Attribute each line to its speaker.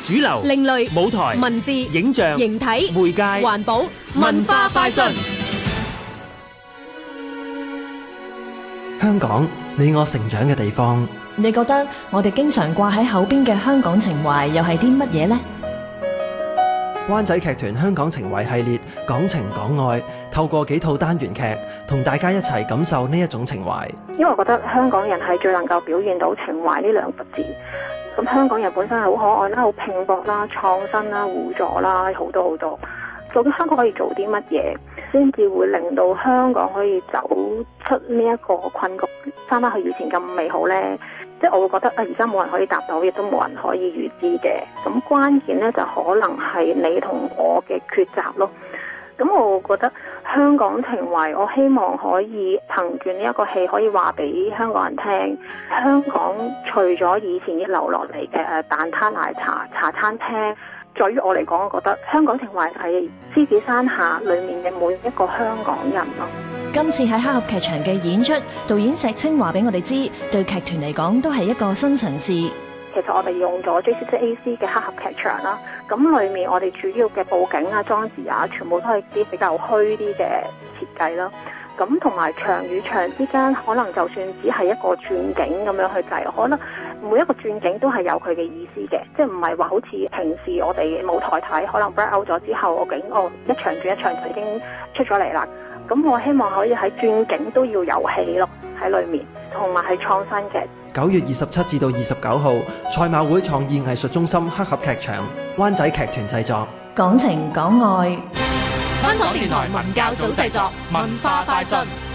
Speaker 1: 主流、
Speaker 2: 另類
Speaker 1: 舞台、
Speaker 2: 文字、
Speaker 1: 影像、
Speaker 2: 形體、
Speaker 1: 媒介、
Speaker 2: 環保、文化快訊。
Speaker 3: 香港，你我成長嘅地方。
Speaker 4: 你覺得我哋經常掛喺口邊嘅香港情懷又係啲乜嘢呢？
Speaker 3: 灣仔劇團香港情懷系列講情講愛，透過幾套單元劇，同大家一齊感受呢一種情懷。
Speaker 5: 因為我覺得香港人係最能夠表現到情懷呢兩個字。咁香港人本身係好可愛啦、好拼搏啦、創新啦、互助啦，好多好多。究竟香港可以做啲乜嘢，先至會令到香港可以走出呢一個困局，翻返去以前咁美好呢？即係我會覺得而家冇人可以答到，亦都冇人可以預知嘅。咁關鍵呢，就可能係你同我嘅抉擇咯。咁我覺得香港情懷，我希望可以憑住呢一個戲可以話俾香港人聽，香港除咗以前留落嚟嘅蛋撻奶茶茶餐廳，在於我嚟講，我覺得香港情懷係獅子山下裏面嘅每一個香港人咯。
Speaker 4: 今次喺黑盒劇場嘅演出，導演石青話俾我哋知，對劇團嚟講都係一個新嘗試。
Speaker 5: 其實我哋用咗 JCCAC 嘅黑盒劇場啦，咁裏面我哋主要嘅佈景啊、裝置啊，全部都係啲比較虛啲嘅設計啦。咁同埋場與場之間，可能就算只係一個轉景咁樣去計，可能每一個轉景都係有佢嘅意思嘅，即係唔係話好似平時我哋舞台睇，可能 break out 咗之後，個景一場轉一場就已經出咗嚟啦。咁我希望可以喺轉景都要有戲咯喺裏面，同埋係創新嘅。
Speaker 3: 9月27至到29號，賽馬會創意藝術中心黑盒劇場，灣仔劇團製作，
Speaker 4: 講情講愛。
Speaker 2: 香港電台文教組製作，文化快訊。